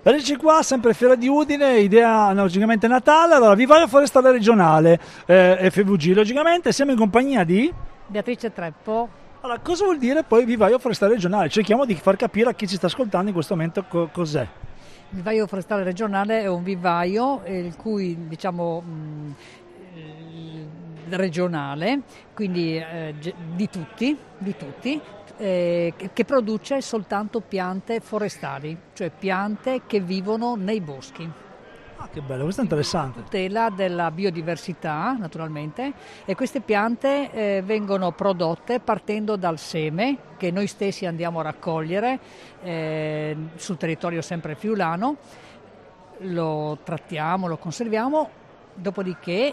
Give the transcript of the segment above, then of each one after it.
Eccoci qua, sempre Fiera di Udine, idea logicamente Natale. Allora, Vivaio Forestale Regionale, FVG, logicamente siamo in compagnia di... Beatrice Treppo. Allora, cosa vuol dire poi Vivaio Forestale Regionale? Cerchiamo di far capire a chi ci sta ascoltando in questo momento cos'è. Il vivaio forestale regionale è un vivaio il cui, regionale, quindi di tutti, che produce soltanto piante forestali, cioè piante che vivono nei boschi. Ah, che bello, questo è interessante. Tutela della biodiversità, naturalmente, e queste piante vengono prodotte partendo dal seme che noi stessi andiamo a raccogliere sul territorio sempre friulano, lo trattiamo, lo conserviamo, dopodiché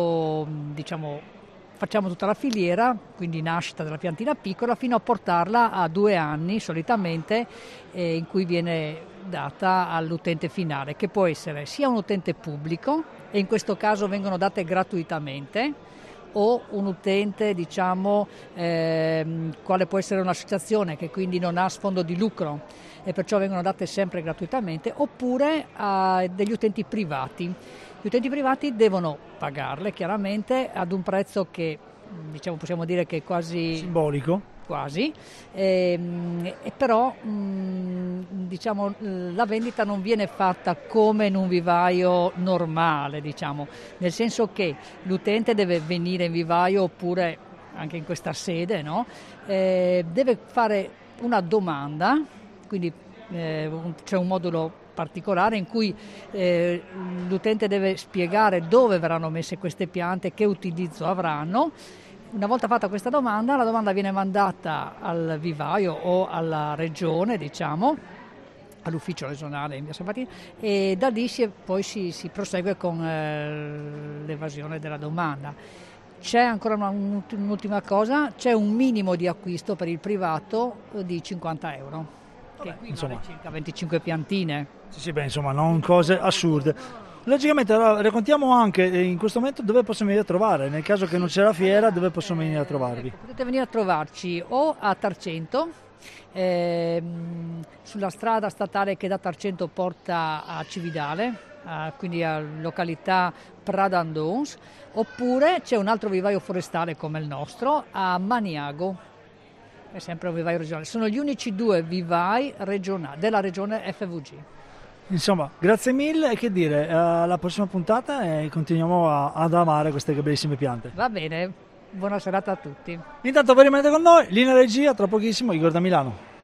facciamo tutta la filiera, quindi nascita della piantina piccola, fino a portarla a 2 anni solitamente, in cui viene data all'utente finale, che può essere sia un utente pubblico, e in questo caso vengono date gratuitamente, o un utente, quale può essere un'associazione che quindi non ha sfondo di lucro e perciò vengono date sempre gratuitamente, oppure a degli utenti privati. Gli utenti privati devono pagarle chiaramente ad un prezzo che possiamo dire che è quasi simbolico. Quasi, e però la vendita non viene fatta come in un vivaio normale, nel senso che l'utente deve venire in vivaio oppure anche in questa sede, no? Deve fare una domanda, quindi c'è un modulo particolare in cui l'utente deve spiegare dove verranno messe queste piante, che utilizzo avranno. Una volta fatta questa domanda, la domanda viene mandata al vivaio o alla regione, all'ufficio regionale in via San Martino, e da lì poi si prosegue con l'evasione della domanda. C'è ancora un'ultima cosa, c'è un minimo di acquisto per il privato di 50 euro, che qui vale circa 25 piantine. Sì, insomma, non cose assurde. Logicamente, allora, raccontiamo anche in questo momento dove possiamo venire a trovare, nel caso che non c'è la fiera, dove possiamo venire a trovarvi? Potete venire a trovarci o a Tarcento, sulla strada statale che da Tarcento porta a Cividale, quindi a località Pradandons, oppure c'è un altro vivaio forestale come il nostro a Maniago, è sempre un vivaio regionale. Sono gli unici 2 vivai regionali della regione FVG. Insomma, grazie mille e che dire, alla prossima puntata e continuiamo ad amare queste bellissime piante. Va bene, buona serata a tutti. Intanto voi rimanete con noi, linea regia, tra pochissimo Igor da Milano.